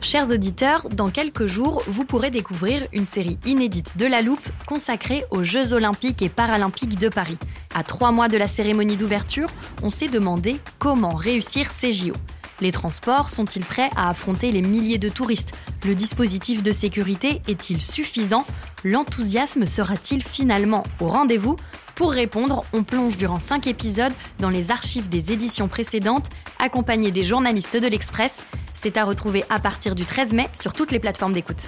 Chers auditeurs, dans quelques jours, vous pourrez découvrir une série inédite de La Loupe consacrée aux Jeux Olympiques et Paralympiques de Paris. À 3 mois de la cérémonie d'ouverture, on s'est demandé comment réussir ces JO. Les transports sont-ils prêts à affronter les milliers de touristes ? Le dispositif de sécurité est-il suffisant ? L'enthousiasme sera-t-il finalement au rendez-vous ? Pour répondre, on plonge durant 5 épisodes dans les archives des éditions précédentes, accompagnés des journalistes de l'Express. C'est à retrouver à partir du 13 mai sur toutes les plateformes d'écoute.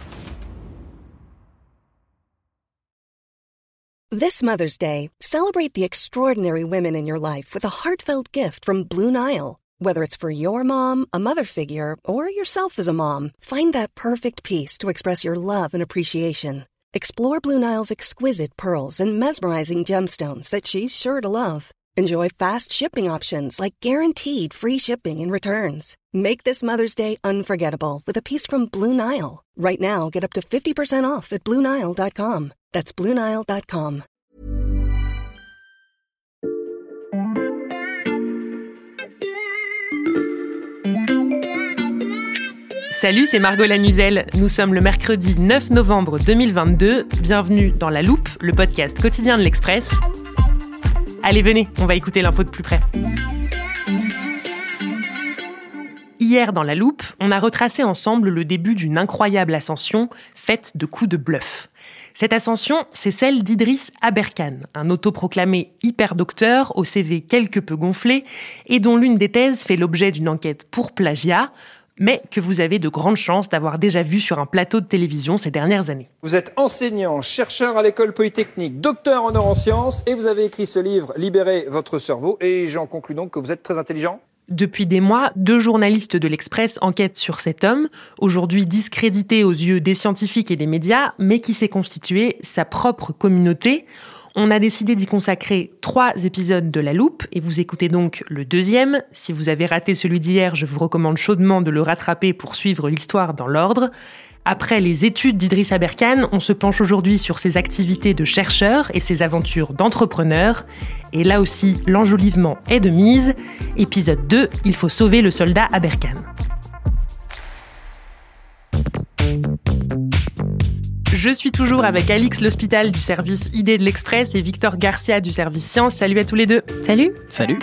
This Mother's Day, celebrate the extraordinary women in your life with a heartfelt gift from Blue Nile. Whether it's for your mom, a mother figure, or yourself as a mom, find that perfect piece to express your love and appreciation. Explore Blue Nile's exquisite pearls and mesmerizing gemstones that she's sure to love. Enjoy fast shipping options like guaranteed free shipping and returns. Make this Mother's Day unforgettable with a piece from Blue Nile. Right now, get up to 50% off at BlueNile.com. That's BlueNile.com. Salut, c'est Margot Lanuzel. Nous sommes le mercredi 9 novembre 2022. Bienvenue dans La Loupe, le podcast quotidien de l'Express. Allez, venez, on va écouter l'info de plus près. Hier, dans La Loupe, on a retracé ensemble le début d'une incroyable ascension faite de coups de bluff. Cette ascension, c'est celle d'Idriss Aberkan, un autoproclamé hyper-docteur au CV quelque peu gonflé et dont l'une des thèses fait l'objet d'une enquête pour plagiat, mais que vous avez de grandes chances d'avoir déjà vu sur un plateau de télévision ces dernières années. Vous êtes enseignant, chercheur à l'école polytechnique, docteur en neurosciences et vous avez écrit ce livre « Libérez votre cerveau » et j'en conclus donc que vous êtes très intelligent. Depuis des mois, 2 journalistes de l'Express enquêtent sur cet homme, aujourd'hui discrédité aux yeux des scientifiques et des médias, mais qui s'est constitué sa propre communauté. On a décidé d'y consacrer 3 épisodes de La Loupe, et vous écoutez donc le 2e. Si vous avez raté celui d'hier, je vous recommande chaudement de le rattraper pour suivre l'histoire dans l'ordre. Après les études d'Idriss Aberkan, on se penche aujourd'hui sur ses activités de chercheur et ses aventures d'entrepreneur. Et là aussi, l'enjolivement est de mise. Épisode 2, il faut sauver le soldat Aberkan. Je suis toujours avec Alix L'Hospital du service Idées de l'Express et Victor Garcia du service Sciences. Salut à tous les deux. Salut. Salut.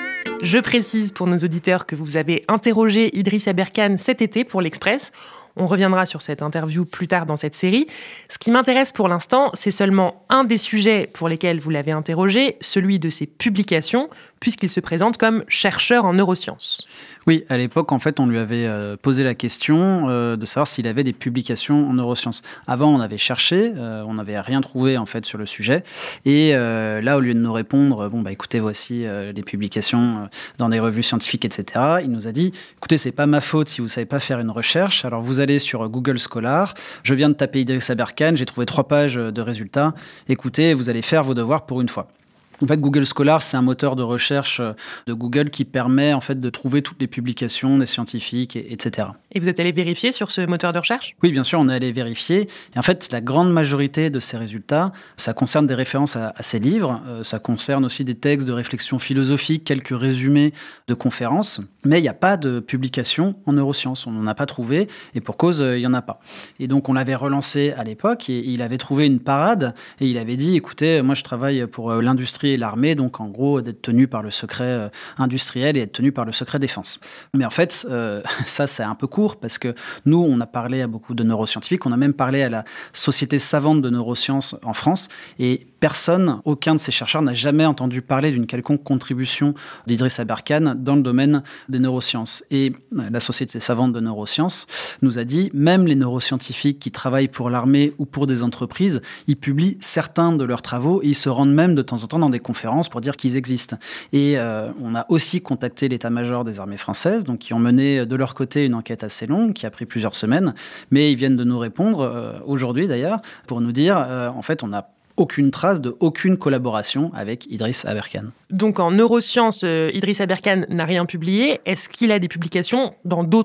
Je précise pour nos auditeurs que vous avez interrogé Idriss Aberkan cet été pour l'Express. On reviendra sur cette interview plus tard dans cette série. Ce qui m'intéresse pour l'instant, c'est seulement un des sujets pour lesquels vous l'avez interrogé, celui de ses publications, puisqu'il se présente comme chercheur en neurosciences. Oui, à l'époque, en fait, on lui avait posé la question de savoir s'il avait des publications en neurosciences. Avant, on avait cherché, on n'avait rien trouvé en fait sur le sujet. Et là, au lieu de nous répondre, écoutez, voici des publications dans des revues scientifiques, etc. Il nous a dit, écoutez, c'est pas ma faute si vous savez pas faire une recherche. Alors vous allez sur Google Scholar. Je viens de taper Idriss Aberkan, j'ai trouvé 3 pages de résultats. Écoutez, vous allez faire vos devoirs pour une fois. En fait, Google Scholar, c'est un moteur de recherche de Google qui permet en fait de trouver toutes les publications des scientifiques, etc. Et vous êtes allé vérifier sur ce moteur de recherche ? Oui, bien sûr, on est allé vérifier. Et en fait, la grande majorité de ces résultats, ça concerne des références à ces livres. Ça concerne aussi des textes de réflexion philosophique, quelques résumés de conférences. Mais il n'y a pas de publication en neurosciences. On n'en a pas trouvé. Et pour cause, il n'y en a pas. Et donc, on l'avait relancé à l'époque et il avait trouvé une parade. Et il avait dit, écoutez, moi, je travaille pour l'industrie et l'armée, donc en gros d'être tenu par le secret industriel et être tenu par le secret défense. Mais en fait, ça c'est un peu court parce que nous, on a parlé à beaucoup de neuroscientifiques, on a même parlé à la Société savante de neurosciences en France et personne, aucun de ces chercheurs n'a jamais entendu parler d'une quelconque contribution d'Idriss Aberkan dans le domaine des neurosciences. Et la Société savante de neurosciences nous a dit, même les neuroscientifiques qui travaillent pour l'armée ou pour des entreprises, ils publient certains de leurs travaux et ils se rendent même de temps en temps dans des conférences pour dire qu'ils existent. Et on a aussi contacté l'état-major des armées françaises, donc qui ont mené de leur côté une enquête assez longue, qui a pris plusieurs semaines, mais ils viennent de nous répondre, aujourd'hui d'ailleurs, pour nous dire, en fait, on n'a aucune trace de aucune collaboration avec Idriss Aberkan. Donc en neurosciences, Idriss Aberkan n'a rien publié. Est-ce qu'il a des publications dans d'autres domaines ?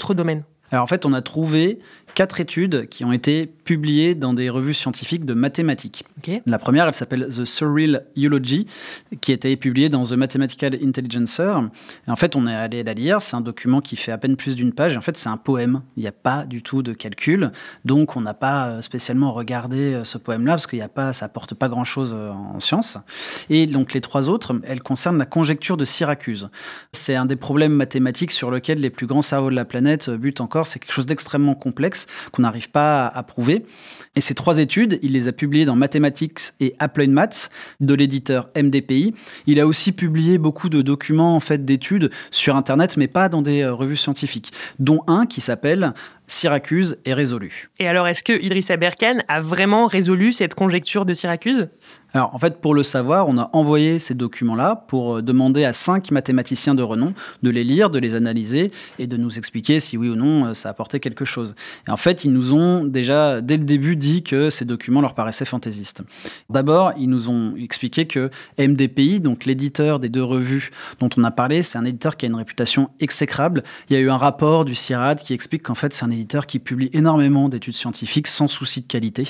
Alors en fait, on a trouvé 4 études qui ont été publiées dans des revues scientifiques de mathématiques. Okay. La première, elle s'appelle The Surreal Eulogy, qui a été publiée dans The Mathematical Intelligencer. Et en fait, on est allé la lire. C'est un document qui fait à peine plus d'une page. Et en fait, c'est un poème. Il n'y a pas du tout de calcul. Donc, on n'a pas spécialement regardé ce poème-là parce que ça apporte pas grand-chose en sciences. Et donc, les 3 autres, elles concernent la conjecture de Syracuse. C'est un des problèmes mathématiques sur lequel les plus grands cerveaux de la planète butent encore. C'est quelque chose d'extrêmement complexe qu'on n'arrive pas à prouver. Et ces 3 études, il les a publiées dans Mathematics et Applied Maths de l'éditeur MDPI. Il a aussi publié beaucoup de documents en fait, d'études sur Internet, mais pas dans des revues scientifiques, dont un qui s'appelle Syracuse est résolu. Et alors, est-ce que Idriss Aberkan a vraiment résolu cette conjecture de Syracuse ? Alors, en fait, pour le savoir, on a envoyé ces documents-là pour demander à 5 mathématiciens de renom de les lire, de les analyser et de nous expliquer si oui ou non ça apportait quelque chose. Et en fait, ils nous ont déjà, dès le début, dit que ces documents leur paraissaient fantaisistes. D'abord, ils nous ont expliqué que MDPI, donc l'éditeur des 2 revues dont on a parlé, c'est un éditeur qui a une réputation exécrable. Il y a eu un rapport du CIRAD qui explique qu'en fait, c'est un éditeur qui publie énormément d'études scientifiques sans souci de qualité.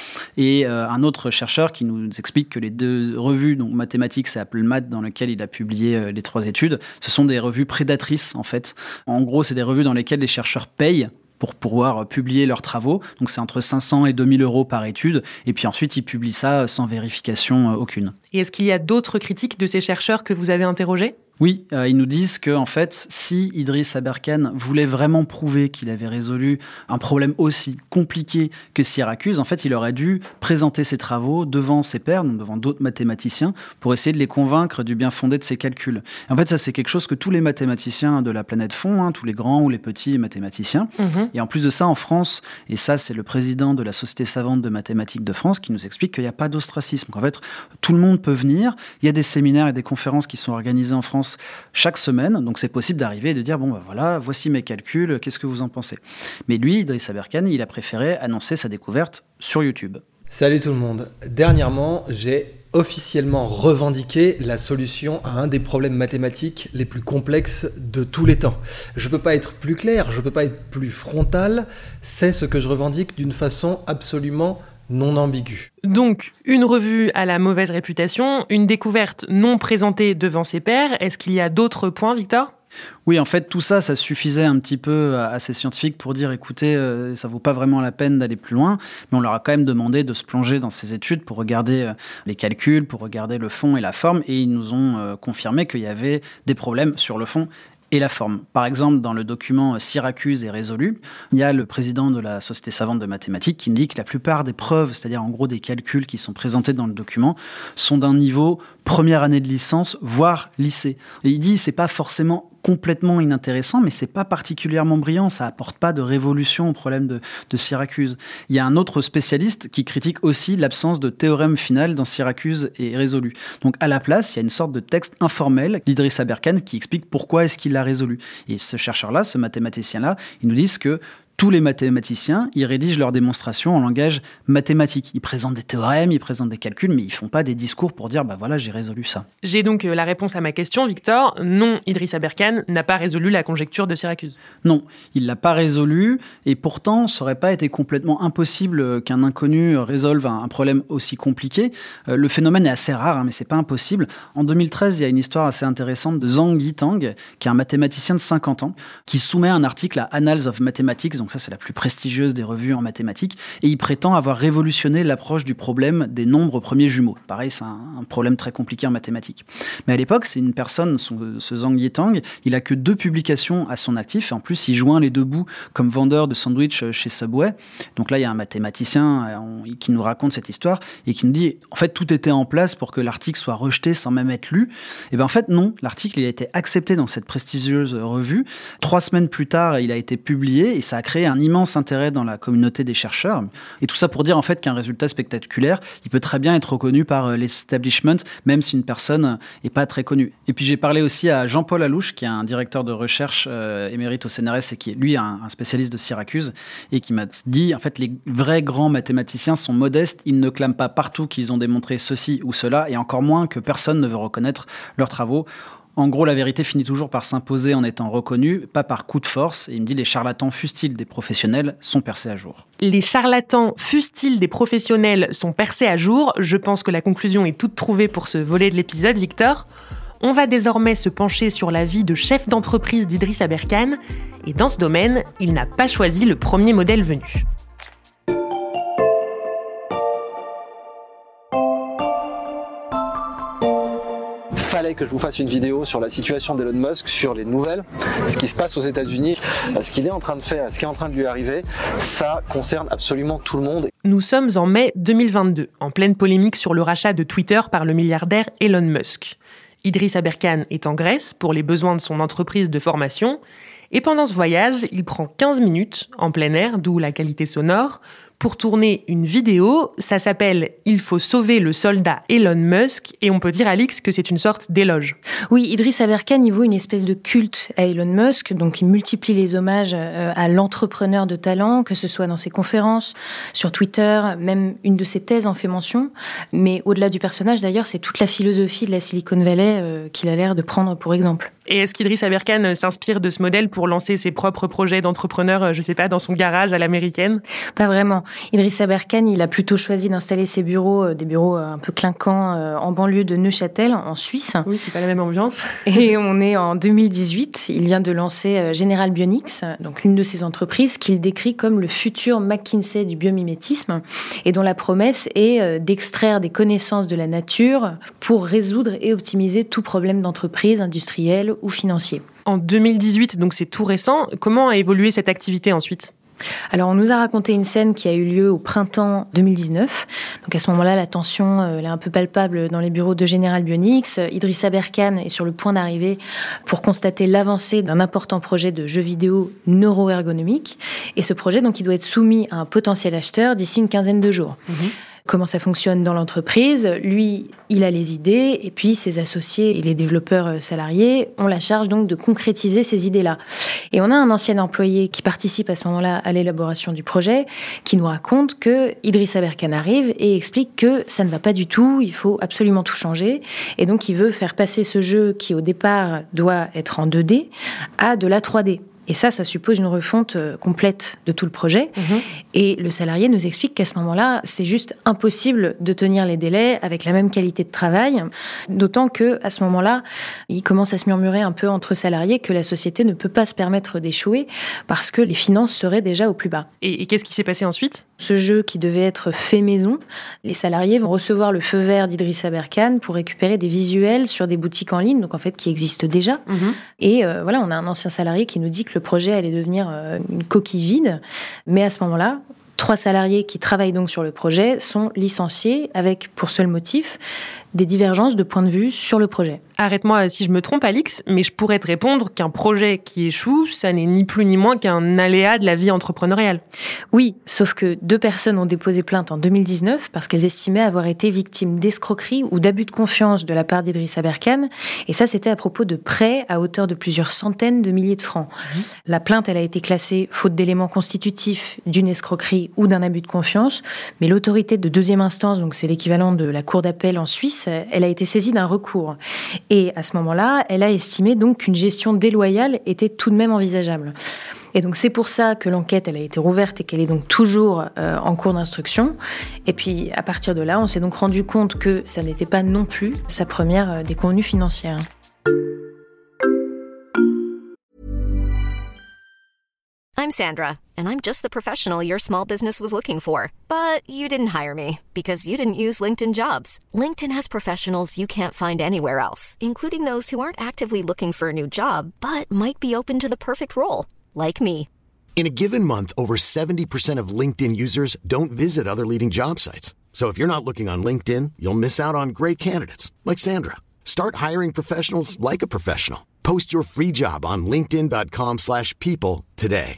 Et un autre chercheur qui nous explique que les 2 revues, donc Mathematics et Applied Maths, dans lesquelles il a publié les 3 études, ce sont des revues prédatrices, en fait. En gros, c'est des revues dans lesquelles les chercheurs payent pour pouvoir publier leurs travaux. Donc, c'est entre 500 et 2000 euros par étude. Et puis ensuite, ils publient ça sans vérification aucune. Et est-ce qu'il y a d'autres critiques de ces chercheurs que vous avez interrogés ? Oui, ils nous disent que en fait, si Idriss Aberkan voulait vraiment prouver qu'il avait résolu un problème aussi compliqué que Syracuse, en fait, il aurait dû présenter ses travaux devant ses pairs, donc devant d'autres mathématiciens, pour essayer de les convaincre du bien fondé de ses calculs. Et en fait, ça, c'est quelque chose que tous les mathématiciens de la planète font, tous les grands ou les petits mathématiciens. Et en plus de ça, en France, et ça, c'est le président de la Société savante de mathématiques de France qui nous explique qu'il n'y a pas d'ostracisme. En fait, tout le monde peut venir. Il y a des séminaires et des conférences qui sont organisées en France chaque semaine, donc c'est possible d'arriver et de dire bon ben voilà, voici mes calculs, qu'est-ce que vous en pensez ? Mais lui, Idriss Aberkan, il a préféré annoncer sa découverte sur YouTube. Salut tout le monde. Dernièrement, j'ai officiellement revendiqué la solution à un des problèmes mathématiques les plus complexes de tous les temps. Je peux pas être plus clair, je peux pas être plus frontal, c'est ce que je revendique d'une façon absolument non ambiguë. Donc, une revue à la mauvaise réputation, une découverte non présentée devant ses pairs. Est-ce qu'il y a d'autres points, Victor ? Oui, en fait, tout ça, ça suffisait un petit peu à ces scientifiques pour dire, écoutez, ça vaut pas vraiment la peine d'aller plus loin, mais on leur a quand même demandé de se plonger dans ces études pour regarder les calculs, pour regarder le fond et la forme, et ils nous ont confirmé qu'il y avait des problèmes sur le fond et la forme. Par exemple, dans le document Syracuse est résolu, il y a le président de la Société savante de mathématiques qui me dit que la plupart des preuves, c'est-à-dire en gros des calculs qui sont présentés dans le document, sont d'un niveau première année de licence, voire lycée. Et il dit c'est pas forcément complètement inintéressant, mais c'est pas particulièrement brillant, ça apporte pas de révolution au problème de Syracuse. Il y a un autre spécialiste qui critique aussi l'absence de théorème final dans Syracuse est résolu. Donc à la place, il y a une sorte de texte informel d'Idriss Aberkan qui explique pourquoi est-ce qu'il l'a résolu. Et ce chercheur-là, ce mathématicien-là, ils nous disent que tous les mathématiciens, ils rédigent leurs démonstrations en langage mathématique. Ils présentent des théorèmes, ils présentent des calculs, mais ils font pas des discours pour dire bah voilà, j'ai résolu ça. J'ai donc la réponse à ma question, Victor. Non, Idriss Aberkan n'a pas résolu la conjecture de Syracuse. Non, il l'a pas résolu, et pourtant, ça aurait pas été complètement impossible qu'un inconnu résolve un problème aussi compliqué. Le phénomène est assez rare, mais c'est pas impossible. En 2013, il y a une histoire assez intéressante de Zhang Yitang, qui est un mathématicien de 50 ans, qui soumet un article à Annals of Mathematics, donc ça c'est la plus prestigieuse des revues en mathématiques, et il prétend avoir révolutionné l'approche du problème des nombres premiers jumeaux. Pareil, c'est un problème très compliqué en mathématiques. Mais à l'époque, c'est une personne, ce Zhang Yitang, il a que 2 publications à son actif, et en plus il joint les 2 bouts comme vendeur de sandwich chez Subway. Donc là, il y a un mathématicien qui nous raconte cette histoire, et qui nous dit, en fait, tout était en place pour que l'article soit rejeté sans même être lu. Et bien en fait, non, l'article il a été accepté dans cette prestigieuse revue. 3 semaines plus tard, il a été publié, et ça a créé un immense intérêt dans la communauté des chercheurs. Et tout ça pour dire en fait qu'un résultat spectaculaire, il peut très bien être reconnu par l'establishment, même si une personne n'est pas très connue. Et puis j'ai parlé aussi à Jean-Paul Alouche, qui est un directeur de recherche émérite au CNRS et qui est lui un spécialiste de Syracuse, et qui m'a dit en fait les vrais grands mathématiciens sont modestes, ils ne clament pas partout qu'ils ont démontré ceci ou cela, et encore moins que personne ne veut reconnaître leurs travaux. En gros, la vérité finit toujours par s'imposer en étant reconnue, pas par coup de force. Et il me dit, les charlatans, fussent-ils des professionnels, sont percés à jour. Les charlatans, fussent-ils des professionnels, sont percés à jour. Je pense que la conclusion est toute trouvée pour ce volet de l'épisode, Victor. On va désormais se pencher sur la vie de chef d'entreprise d'Idriss Aberkane. Et dans ce domaine, il n'a pas choisi le premier modèle venu. Fallait que je vous fasse une vidéo sur la situation d'Elon Musk, sur les nouvelles, ce qui se passe aux États-Unis, ce qu'il est en train de faire, ce qui est en train de lui arriver. Ça concerne absolument tout le monde. Nous sommes en mai 2022, en pleine polémique sur le rachat de Twitter par le milliardaire Elon Musk. Idriss Aberkane est en Grèce pour les besoins de son entreprise de formation. Et pendant ce voyage, il prend 15 minutes en plein air, d'où la qualité sonore, pour tourner une vidéo. Ça s'appelle « Il faut sauver le soldat Elon Musk » et on peut dire, Alix, que c'est une sorte d'éloge. Oui, Idriss Aberkane, il vaut une espèce de culte à Elon Musk, donc il multiplie les hommages à l'entrepreneur de talent, que ce soit dans ses conférences, sur Twitter, même une de ses thèses en fait mention. Mais au-delà du personnage, d'ailleurs, c'est toute la philosophie de la Silicon Valley qu'il a l'air de prendre pour exemple. Et est-ce qu'Idriss Aberkane s'inspire de ce modèle pour lancer ses propres projets d'entrepreneur, je sais pas, dans son garage à l'américaine ? Pas vraiment. Idriss Aberkane, il a plutôt choisi d'installer ses bureaux, des bureaux un peu clinquants, en banlieue de Neuchâtel, en Suisse. Oui, c'est pas la même ambiance. Et on est en 2018. Il vient de lancer General Bionics, donc l'une de ses entreprises qu'il décrit comme le futur McKinsey du biomimétisme et dont la promesse est d'extraire des connaissances de la nature pour résoudre et optimiser tout problème d'entreprise, industrielle ou financier. En 2018, donc c'est tout récent. Comment a évolué cette activité ensuite ? Alors, on nous a raconté une scène qui a eu lieu au printemps 2019. Donc, à ce moment-là, la tension elle est un peu palpable dans les bureaux de General Bionics. Idriss Aberkane est sur le point d'arriver pour constater l'avancée d'un important projet de jeu vidéo neuroergonomique. Et ce projet, donc, il doit être soumis à un potentiel acheteur d'ici une quinzaine de jours. Comment ça fonctionne dans l'entreprise. Lui, il a les idées, et puis ses associés et les développeurs salariés ont la charge donc de concrétiser ces idées-là. Et on a un ancien employé qui participe à ce moment-là à l'élaboration du projet, qui nous raconte que Idriss Aberkane arrive et explique que ça ne va pas du tout, il faut absolument tout changer, et donc il veut faire passer ce jeu qui au départ doit être en 2D à de la 3D. Et ça suppose une refonte complète de tout le projet. Et le salarié nous explique qu'à ce moment-là, c'est juste impossible de tenir les délais avec la même qualité de travail. D'autant qu'à ce moment-là, il commence à se murmurer un peu entre salariés que la société ne peut pas se permettre d'échouer parce que les finances seraient déjà au plus bas. Et qu'est-ce qui s'est passé ensuite ? Ce jeu qui devait être fait maison, les salariés vont recevoir le feu vert d'Idriss Aberkane pour récupérer des visuels sur des boutiques en ligne, donc en fait qui existent déjà. Et voilà, on a un ancien salarié qui nous dit que le projet allait devenir une coquille vide. Mais à ce moment-là, 3 salariés qui travaillent donc sur le projet sont licenciés avec pour seul motif des divergences de point de vue sur le projet. Arrête-moi si je me trompe, Alix, mais je pourrais te répondre qu'un projet qui échoue, ça n'est ni plus ni moins qu'un aléa de la vie entrepreneuriale. Oui, sauf que 2 personnes ont déposé plainte en 2019 parce qu'elles estimaient avoir été victimes d'escroquerie ou d'abus de confiance de la part d'Idriss Aberkane. Et ça, c'était à propos de prêts à hauteur de plusieurs centaines de milliers de francs. La plainte, elle a été classée faute d'éléments constitutifs d'une escroquerie ou d'un abus de confiance. Mais l'autorité de 2e instance, donc c'est l'équivalent de la cour d'appel en Suisse, elle a été saisie d'un recours. Et à ce moment-là, elle a estimé donc qu'une gestion déloyale était tout de même envisageable. Et donc c'est pour ça que l'enquête elle a été rouverte et qu'elle est donc toujours en cours d'instruction. Et puis à partir de là, on s'est donc rendu compte que ça n'était pas non plus sa première déconvenue financière. I'm Sandra, and I'm just the professional your small business was looking for. But you didn't hire me because you didn't use LinkedIn Jobs. LinkedIn has professionals you can't find anywhere else, including those who aren't actively looking for a new job, but might be open to the perfect role, like me. In a given month, over 70% of LinkedIn users don't visit other leading job sites. So if you're not looking on LinkedIn, you'll miss out on great candidates, like Sandra. Start hiring professionals like a professional. Post your free job on linkedin.com/people today.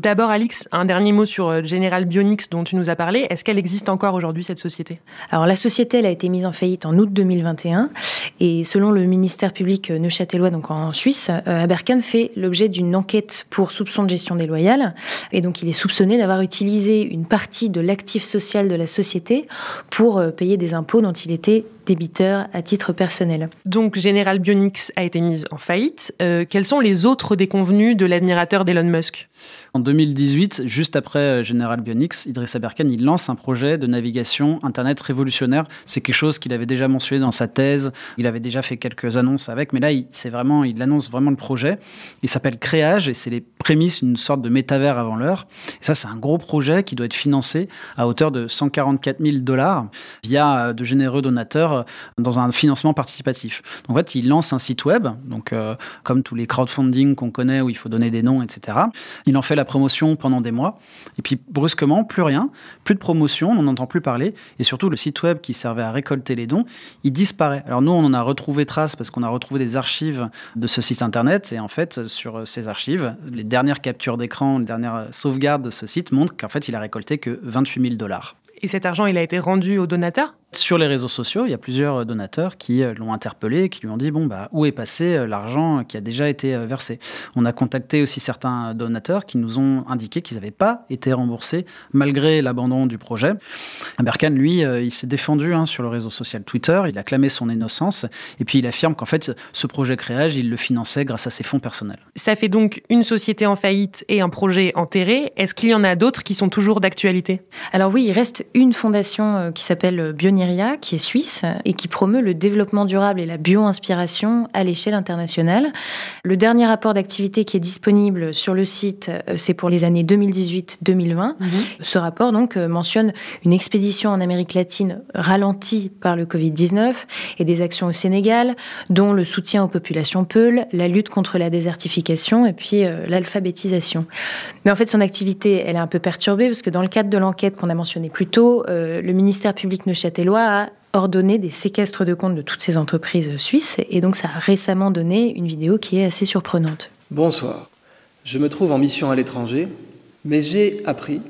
D'abord, Alix, un dernier mot sur General Bionics dont tu nous as parlé. Est-ce qu'elle existe encore aujourd'hui, cette société ? Alors, la société, elle a été mise en faillite en août 2021. Et selon le ministère public neuchâtelois, donc en Suisse, Aberkan fait l'objet d'une enquête pour soupçon de gestion déloyale. Et donc, il est soupçonné d'avoir utilisé une partie de l'actif social de la société pour payer des impôts dont il était débiteur à titre personnel. Donc, General Bionics a été mise en faillite. Quels sont les autres déconvenus de l'admirateur d'Elon Musk ? En 2018, juste après General Bionics, Idriss Aberkan, il lance un projet de navigation Internet révolutionnaire. C'est quelque chose qu'il avait déjà mentionné dans sa thèse. Il avait déjà fait quelques annonces avec, mais là, il annonce vraiment le projet. Il s'appelle Créage et c'est les prémices d'une sorte de métavers avant l'heure. Et ça, c'est un gros projet qui doit être financé à hauteur de $144 000 via de généreux donateurs dans un financement participatif. Donc, en fait, il lance un site web, donc comme tous les crowdfunding qu'on connaît où il faut donner des noms, etc. Il en fait la promotion pendant des mois. Et puis, brusquement, plus rien, plus de promotion, on n'en entend plus parler. Et surtout, le site web qui servait à récolter les dons, il disparaît. Alors nous, on en a retrouvé trace parce qu'on a retrouvé des archives de ce site internet. Et en fait, sur ces archives, les dernières captures d'écran, les dernières sauvegardes de ce site montrent qu'en fait, il a récolté que $28 000. Et cet argent, il a été rendu aux donateurs ? Sur les réseaux sociaux, il y a plusieurs donateurs qui l'ont interpellé, qui lui ont dit où est passé l'argent qui a déjà été versé. On a contacté aussi certains donateurs qui nous ont indiqué qu'ils n'avaient pas été remboursés malgré l'abandon du projet. Aberkan, lui, il s'est défendu sur le réseau social Twitter, il a clamé son innocence et puis il affirme qu'en fait, ce projet Créage, il le finançait grâce à ses fonds personnels. Ça fait donc une société en faillite et un projet enterré. Est-ce qu'il y en a d'autres qui sont toujours d'actualité ? Alors oui, il reste une fondation qui s'appelle Bioniria, qui est suisse et qui promeut le développement durable et la bio-inspiration à l'échelle internationale. Le dernier rapport d'activité qui est disponible sur le site, c'est pour les années 2018-2020. Ce rapport donc mentionne une expédition en Amérique latine ralentie par le Covid-19 et des actions au Sénégal, dont le soutien aux populations peules, la lutte contre la désertification et puis l'alphabétisation. Mais en fait, son activité, elle est un peu perturbée parce que dans le cadre de l'enquête qu'on a mentionnée plus tôt, le ministère public neuchâtelois a ordonné des séquestres de comptes de toutes ces entreprises suisses et donc ça a récemment donné une vidéo qui est assez surprenante. Bonsoir, je me trouve en mission à l'étranger, mais j'ai appris,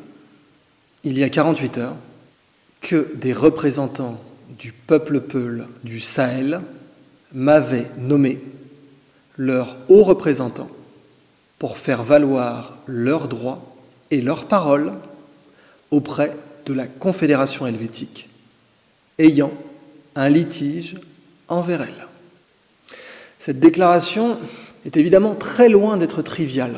il y a 48 heures, que des représentants du peuple peul du Sahel m'avaient nommé leur haut représentant pour faire valoir leurs droits et leurs paroles auprès de la Confédération helvétique, ayant un litige envers elle. Cette déclaration est évidemment très loin d'être triviale.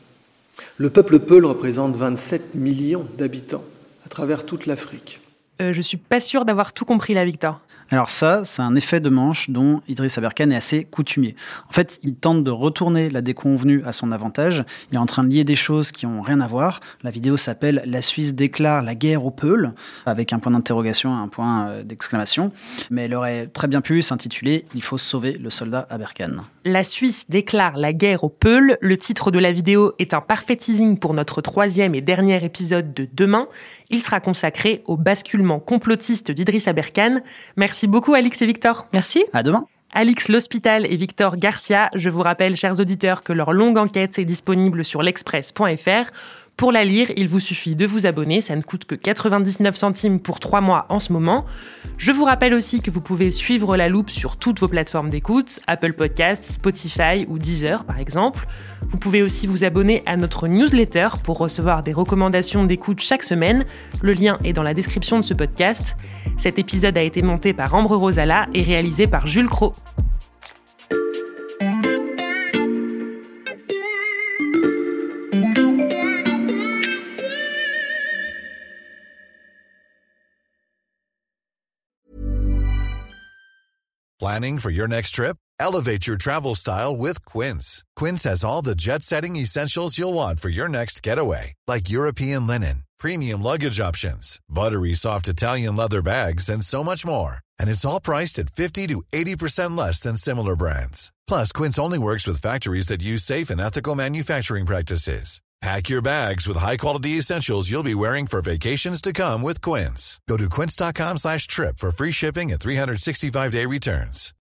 Le peuple peul représente 27 millions d'habitants à travers toute l'Afrique. Je suis pas sûre d'avoir tout compris là, Victor. Alors ça, c'est un effet de manche dont Idriss Aberkan est assez coutumier. En fait, il tente de retourner la déconvenue à son avantage. Il est en train de lier des choses qui n'ont rien à voir. La vidéo s'appelle « La Suisse déclare la guerre aux Peuls » avec un point d'interrogation et un point d'exclamation. Mais elle aurait très bien pu s'intituler « Il faut sauver le soldat Aberkan ». La Suisse déclare la guerre aux Peuls. Le titre de la vidéo est un parfait teasing pour notre 3e et dernier épisode de demain. Il sera consacré au basculement complotiste d'Idriss Aberkan. Merci beaucoup, Alix et Victor. Merci. À demain. Alix L'Hospital et Victor Garcia. Je vous rappelle, chers auditeurs, que leur longue enquête est disponible sur l'express.fr. Pour la lire, il vous suffit de vous abonner, ça ne coûte que 99 centimes pour 3 mois en ce moment. Je vous rappelle aussi que vous pouvez suivre La Loupe sur toutes vos plateformes d'écoute, Apple Podcasts, Spotify ou Deezer par exemple. Vous pouvez aussi vous abonner à notre newsletter pour recevoir des recommandations d'écoute chaque semaine. Le lien est dans la description de ce podcast. Cet épisode a été monté par Ambre Rosala et réalisé par Jules Cros. Planning for your next trip? Elevate your travel style with Quince. Quince has all the jet-setting essentials you'll want for your next getaway, like European linen, premium luggage options, buttery soft Italian leather bags, and so much more. And it's all priced at 50 to 80% less than similar brands. Plus, Quince only works with factories that use safe and ethical manufacturing practices. Pack your bags with high-quality essentials you'll be wearing for vacations to come with Quince. Go to quince.com/trip for free shipping and 365-day returns.